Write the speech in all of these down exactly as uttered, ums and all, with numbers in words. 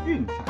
运彩。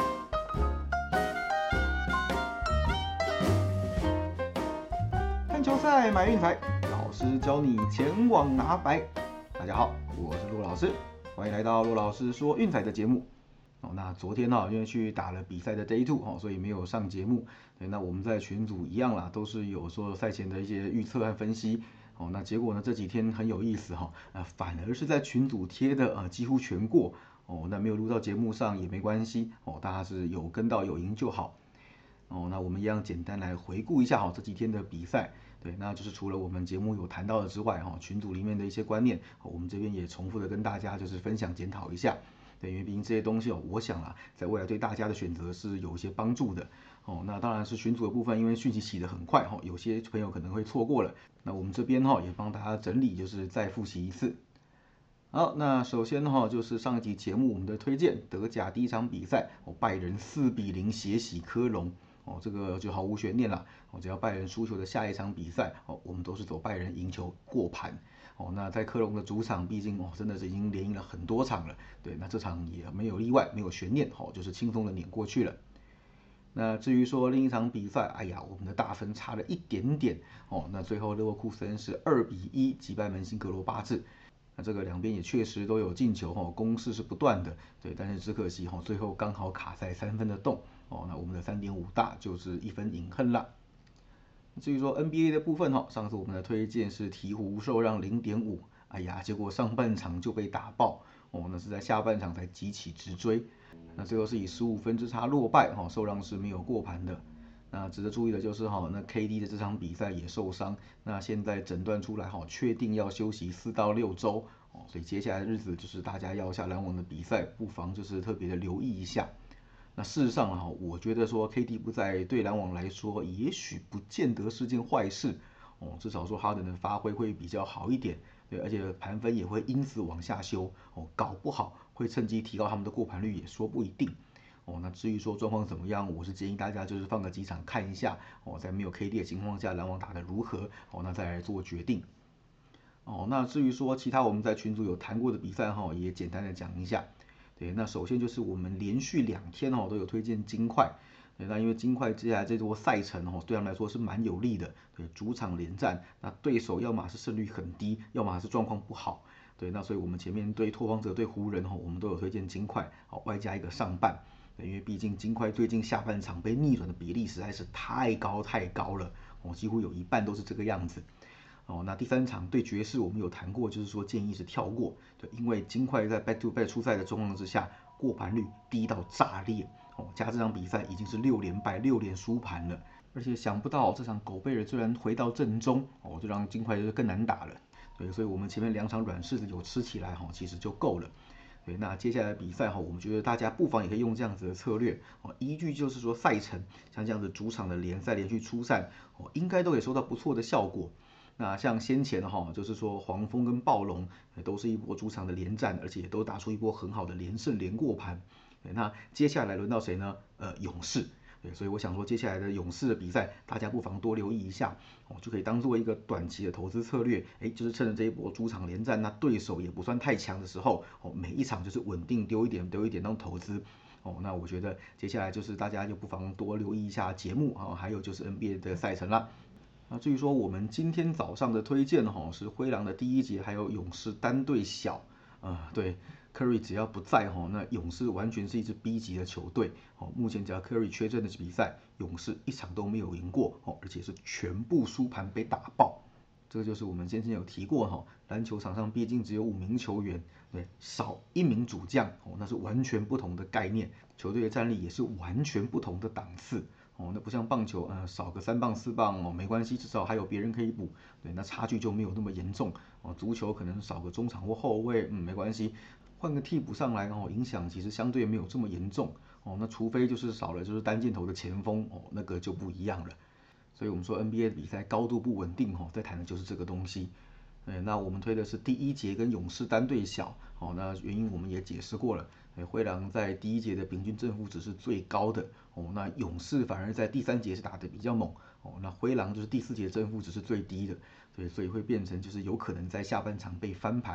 看球赛买运彩，老师教你前往拿白。大家好，我是陆老师，欢迎来到陆老师说运彩的节目。哦，那昨天哈、哦，因为去打了比赛的 Day Two 哦，所以没有上节目。对，那我们在群组一样啦，都是有说赛前的一些预测和分析。哦，那结果呢，这几天很有意思哈、哦，呃，反而是在群组贴的呃几乎全过。哦，那没有录到节目上也没关系哦，大家是有跟到有赢就好。哦，那我们一样简单来回顾一下哈这几天的比赛。对，那就是除了我们节目有谈到的之外哈，群组里面的一些观念，我们这边也重复的跟大家就是分享检讨一下。对，因为毕竟这些东西哦，我想啦，在未来对大家的选择是有一些帮助的。哦，那当然是群组的部分，因为讯息洗得很快哈，有些朋友可能会错过了。那我们这边哈也帮大家整理，就是再复习一次。好，那首先哈就是上一集节目我们的推荐，德甲第一场比赛，哦，拜仁四比零血洗科隆。哦，这个就毫无悬念了。哦，只要拜仁输球的下一场比赛，哦，我们都是走拜仁赢球过盘。哦，那在科隆的主场，毕竟哦真的是已经连赢了很多场了。对，那这场也没有例外，没有悬念，哦，就是轻松的碾过去了。那至于说另一场比赛，哎呀，我们的大分差了一点点。哦，那最后勒沃库森是二比一击败门兴格罗巴治。那这个两边也确实都有进球哈，攻势是不断的，对，但是只可惜哈，最后刚好卡在三分的洞哦，那我们的 三点五 大就是一分饮恨啦。至于说 N B A 的部分哈，上次我们的推荐是鹈鹕受让 零点五， 哎呀，结果上半场就被打爆哦，那是在下半场才急起直追，那最后是以十五分之差落败哈，受让是没有过盘的。那值得注意的就是哈，那 K D 的这场比赛也受伤，那现在诊断出来哈，确定要休息四到六周哦，所以接下来的日子就是大家要下篮网的比赛，不妨就是特别的留意一下。那事实上哈，我觉得说 K D 不在对篮网来说，也许不见得是件坏事哦，至少说哈登的发挥会比较好一点，对，而且盘分也会因此往下修哦，搞不好会趁机提高他们的过盘率，也说不一定。哦，那至于说状况怎么样，我是建议大家就是放个几场看一下哦，在没有 K D 的情况下，篮网打得如何哦，那再来做决定。哦，那至于说其他我们在群组有谈过的比赛哈，也简单的讲一下。对，那首先就是我们连续两天哦都有推荐金块。对，那因为金块接下来这波赛程哦，对他们来说是蛮有利的。对，主场连战，那对手要么是胜率很低，要么是状况不好。对，那所以我们前面对拓荒者对湖人哦，我们都有推荐金块，好，外加一个上半。因为毕竟金块最近下半场被逆转的比例实在是太高太高了，哦，几乎有一半都是这个样子。哦，那第三场对爵士我们有谈过，就是说建议是跳过，对，因为金块在 back to back 出赛的状况之下，过盘率低到炸裂，哦，加这场比赛已经是六连败、六连输盘了，而且想不到这场狗贝尔居然回到正中，哦，就让金块就更难打了，对，所以我们前面两场软柿子有吃起来哈，其实就够了。对，那接下来的比赛哈，我们觉得大家不妨也可以用这样子的策略哦，依据就是说赛程，像这样子主场的联赛连续出赛哦，应该都可以收到不错的效果。那像先前哈，就是说黄蜂跟暴龙都是一波主场的连战，而且都打出一波很好的连胜连过盘。那接下来轮到谁呢？呃，勇士。对，所以我想说，接下来的勇士的比赛，大家不妨多留意一下哦，就可以当做一个短期的投资策略。哎，就是趁着这一波主场连战，那对手也不算太强的时候，哦，每一场就是稳定丢一点丢一点当投资。哦，那我觉得接下来就是大家就不妨多留意一下节目啊、哦，还有就是 N B A 的赛程啦。那至于说我们今天早上的推荐哈，是灰狼的第一节，还有勇士单队小，呃，对。Curry 只要不在哈，那勇士完全是一支 B 级的球队。哦，目前只要 Curry 缺阵的比赛，勇士一场都没有赢过，哦，而且是全部输盘被打爆。这个就是我们先前有提过哈，篮球场上毕竟只有五名球员，对，少一名主将，哦，那是完全不同的概念，球队的战力也是完全不同的档次。哦，那不像棒球，呃，少个三棒四棒哦，没关系，至少还有别人可以补，对，那差距就没有那么严重。哦，足球可能少个中场或后卫，嗯，没关系。换个替补上来哦，影响其实相对没有这么严重哦。那除非就是少了就是单箭头的前锋哦，那个就不一样了。所以我们说 N B A 的比赛高度不稳定哦，在谈的就是这个东西。对，那我们推的是第一节跟勇士单队小哦，那原因我们也解释过了。灰狼在第一节的平均正负值是最高的哦，那勇士反而在第三节是打得比较猛哦，那灰狼就是第四节正负值是最低的，对，所以会变成就是有可能在下半场被翻盘。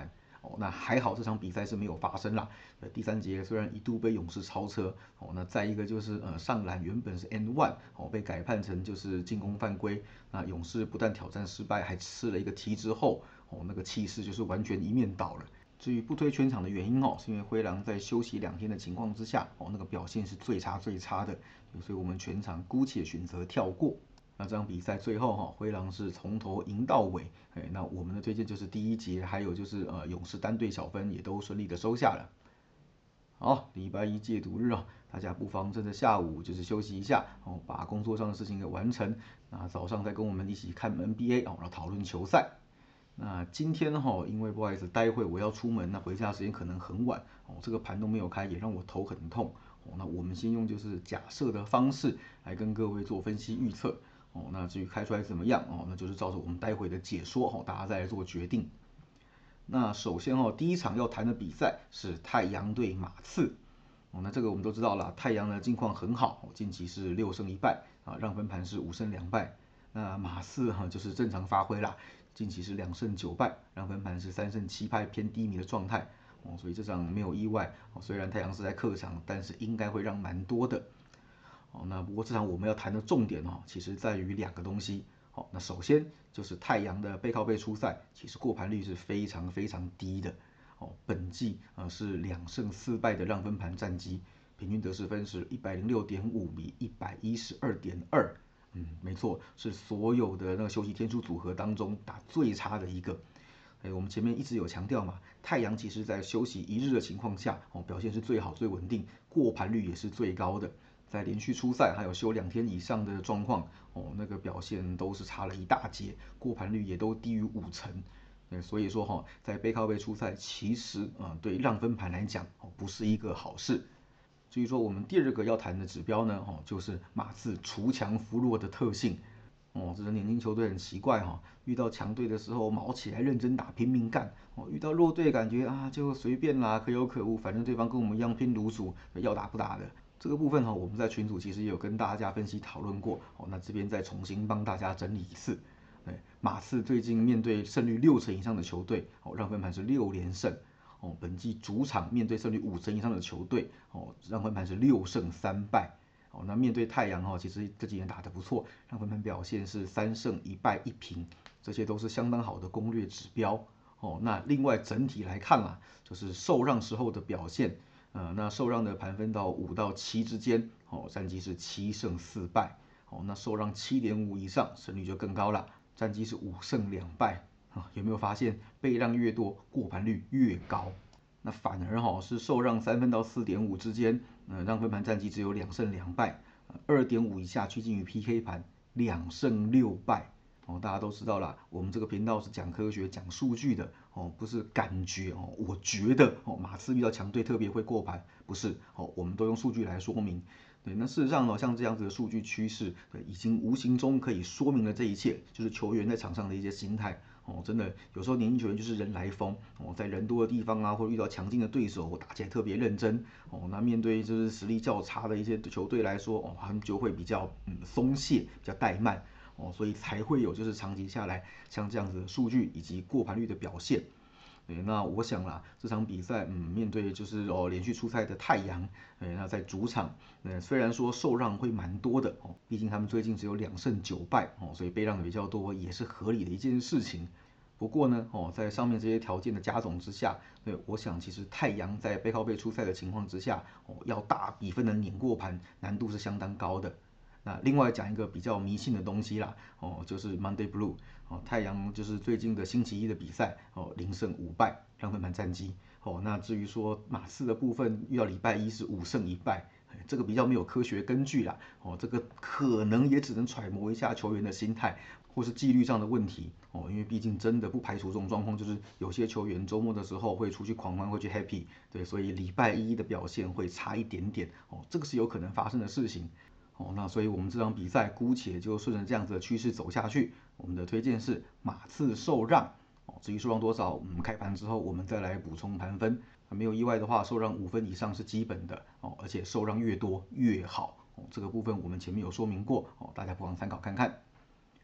哦，那还好这场比赛是没有发生啦。呃，第三节虽然一度被勇士超车，哦，那再一个就是呃上篮原本是 and one，哦，被改判成就是进攻犯规。那勇士不但挑战失败，还吃了一个 T 之后，哦，那个气势就是完全一面倒了。至于不推全场的原因哦，是因为灰狼在休息两天的情况之下，哦，那个表现是最差最差的，所以我们全场姑且选择跳过。那这场比赛最后哈，灰狼是从头赢到尾，哎，那我们的推荐就是第一节，还有就是呃勇士单队小分也都顺利的收下了。好，礼拜一戒毒日啊，大家不妨趁着下午就是休息一下哦，把工作上的事情给完成，那早上再跟我们一起看 N B A 哦，然后讨论球赛。那今天哈，因为不好意思，待会我要出门，那回家时间可能很晚哦，这个盘都没有开，也让我头很痛哦。那我们先用就是假设的方式来跟各位做分析预测哦。那至于开出来怎么样哦，那就是照着我们待会的解说哦，大家再来做决定。那首先哦，第一场要谈的比赛是太阳对马刺哦。那这个我们都知道了，太阳的近况很好，近期是六胜一败啊，让分盘是五胜两败。那马刺哈就是正常发挥啦，近期是两胜九败，让分盘是三胜七败，偏低迷的状态哦，所以这场没有意外哦。虽然太阳是在客场，但是应该会让蛮多的哦。那不过这场我们要谈的重点哦，其实在于两个东西哦。那首先就是太阳的背靠背出赛，其实过盘率是非常非常低的哦。本季呃是两胜四败的让分盘战绩，平均得失分是一百零六点五比一百一十二点二。嗯，没错，是所有的那个休息天数组合当中打最差的一个。哎，我们前面一直有强调嘛，太阳其实在休息一日的情况下，哦，表现是最好、最稳定，过盘率也是最高的。在连续出赛还有休两天以上的状况，哦，那个表现都是差了一大截，过盘率也都低于五成。所以说哈，在背靠背出赛，其实啊，对让分盘来讲，哦，不是一个好事。至于说我们第二个要谈的指标呢，哦，就是马刺锄强扶弱的特性。哦，这个年轻球队很奇怪哈、哦，遇到强队的时候毛起来认真打拼命干，哦，遇到弱队感觉啊就随便啦，可有可无，反正对方跟我们一样拼卤煮，要打不打的。这个部分哈、哦，我们在群组其实也有跟大家分析讨论过，哦，那这边再重新帮大家整理一次。对，马刺最近面对胜率六成以上的球队，哦，让分盘是六连胜。哦，本季主场面对胜率五成以上的球队，哦，让分盘是六胜三败。哦，那面对太阳哈，其实这几年打得不错，让分盘表现是三胜一败一平，这些都是相当好的攻略指标。哦，那另外整体来看啦，就是受让时候的表现，呃，那受让的盘分到五到七之间，哦，战绩是七胜四败。哦，那受让七点五以上，胜率就更高了，战绩是五胜两败。啊，有没有发现被让越多，过盘率越高？那反而哈是受让三分到四点五之间，呃，让分盘战绩只有两胜两败，二点五以下趋近于 P K 盘，两胜六败。哦，大家都知道啦，我们这个频道是讲科学、讲数据的哦，不是感觉哦。我觉得哦，马刺遇到强队特别会过盘，不是哦，我们都用数据来说明。对，那事实上呢，像这样子的数据趋势，对，已经无形中可以说明了这一切，就是球员在场上的一些心态。哦，真的，有时候年轻球员就是人来疯哦，在人多的地方啊，或者遇到强劲的对手，打起来特别认真哦。那面对就是实力较差的一些球队来说，哦，他们就会比较嗯松懈，比较怠慢哦，所以才会有就是长期下来像这样子的数据以及过盘率的表现。对，那我想啦，这场比赛，嗯，面对就是哦连续出赛的太阳，哎，那在主场，呃，虽然说受让会蛮多的哦，毕竟他们最近只有两胜九败哦，所以被让的比较多，也是合理的一件事情。不过呢，哦，在上面这些条件的加总之下，对，我想其实太阳在背靠背出赛的情况之下，哦，要大比分的碾过盘，难度是相当高的。那另外讲一个比较迷信的东西啦，哦，就是 Monday Blue，哦，太阳就是最近的星期一的比赛，哦，零胜五败，让分盘战绩，哦，那至于说马刺的部分遇到礼拜一是五胜一败，这个比较没有科学根据啦，哦，这个可能也只能揣摩一下球员的心态，或是纪律上的问题，哦，因为毕竟真的不排除这种状况，就是有些球员周末的时候会出去狂欢，会去 happy，对，所以礼拜一的表现会差一点点，哦，这个是有可能发生的事情。哦，那所以我们这场比赛姑且就顺着这样子的趋势走下去。我们的推荐是马刺受让。哦，至于受让多少，嗯，开盘之后我们再来补充盘分。没有意外的话，受让五分以上是基本的哦，而且受让越多越好。哦，这个部分我们前面有说明过哦，大家不妨参考看看。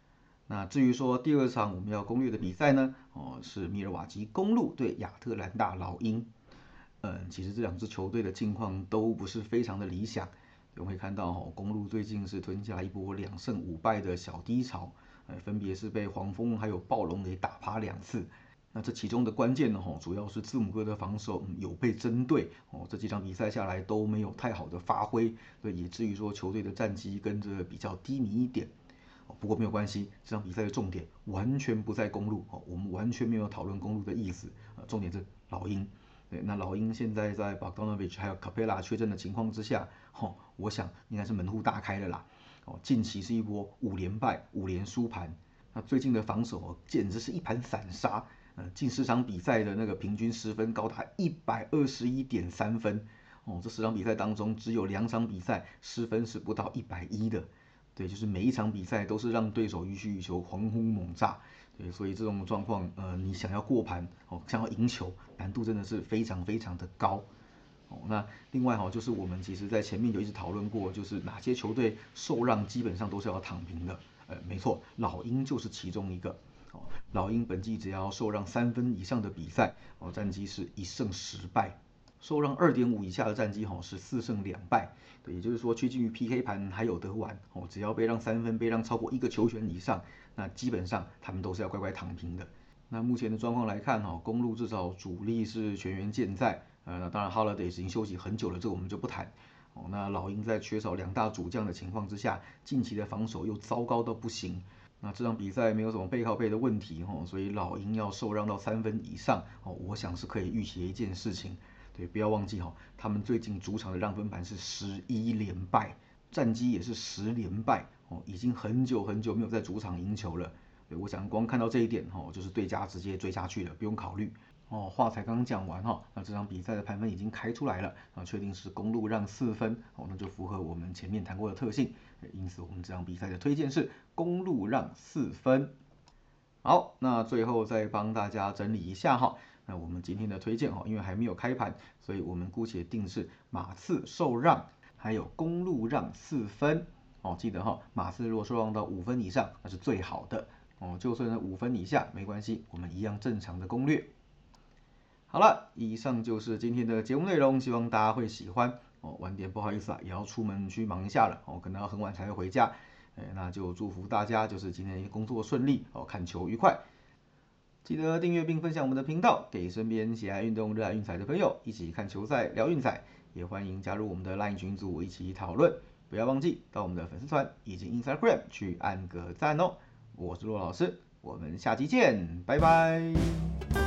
那至于说第二场我们要攻略的比赛呢，哦是米尔瓦基公鹿对亚特兰大老鹰。嗯，其实这两支球队的境况都不是非常的理想。我们会看到哦，公鹿最近是吞下一波两胜五败的小低潮，呃，分别是被黄蜂还有暴龙给打趴两次。那这其中的关键呢，吼，主要是字母哥的防守、嗯、有被针对哦，这几场比赛下来都没有太好的发挥，对，以至于说球队的战绩跟着比较低迷一点。不过没有关系，这场比赛的重点完全不在公鹿哦，我们完全没有讨论公鹿的意思，呃，重点是老鹰。对，那老鹰现在在 Bogdanovic 还有 Capela 缺阵的情况之下，哦，我想应该是门户大开了啦。哦，近期是一波五连败、五连输盘，那最近的防守哦，简直是一盘散沙。呃，近十场比赛的那个平均失分高达一百二十一点三分。哦，这十场比赛当中只有两场比赛失分是不到一百一的。对，就是每一场比赛都是让对手予取予求，狂轰猛炸。对，所以这种状况，呃，你想要过盘，哦，想要赢球，难度真的是非常非常的高。哦，那另外哈、哦，就是我们其实在前面有一直讨论过，就是哪些球队受让基本上都是要躺平的。呃，没错，老鹰就是其中一个。哦，老鹰本季只要受让三分以上的比赛，哦，战绩是一胜十败。受让 二点五 以下的战绩是四胜两败，对，也就是说趋近于 P K 盘还有得玩哦，只要被让三分被让超过一个球权以上，那基本上他们都是要乖乖躺平的。那目前的状况来看哈，公鹿至少主力是全员健在，呃，那当然 Holiday 已经休息很久了，这个我们就不谈。哦，那老鹰在缺少两大主将的情况之下，近期的防守又糟糕到不行。那这场比赛没有什么背靠背的问题哦，所以老鹰要受让到三分以上哦，我想是可以预期的一件事情。对，不要忘记哈，他们最近主场的让分盘是十一连败，战绩也是十连败哦，已经很久很久没有在主场赢球了。对，我想光看到这一点哈，就是对家直接追下去了，不用考虑。哦，话才刚讲完哈，那这场比赛的盘分已经开出来了，啊，确定是公鹿让四分，哦，那就符合我们前面谈过的特性，因此我们这场比赛的推荐是公鹿让四分。好，那最后再帮大家整理一下哈。那我们今天的推荐哈，因为还没有开盘，所以我们姑且定是马刺受让，还有公鹿让四分。哦，记得哈，马刺如果受让到五分以上，那是最好的。哦，就算是五分以下没关系，我们一样正常的攻略。好了，以上就是今天的节目内容，希望大家会喜欢。哦，晚点不好意思啊，也要出门去忙一下了。哦，可能要很晚才会回家。哎，那就祝福大家就是今天工作顺利，哦，看球愉快。记得订阅并分享我们的频道，给身边喜爱运动、热爱运彩的朋友一起看球赛、聊运彩。也欢迎加入我们的 LINE 群组一起讨论。不要忘记到我们的粉丝团以及 Instagram 去按个赞哦。我是骆老师，我们下期见，拜拜。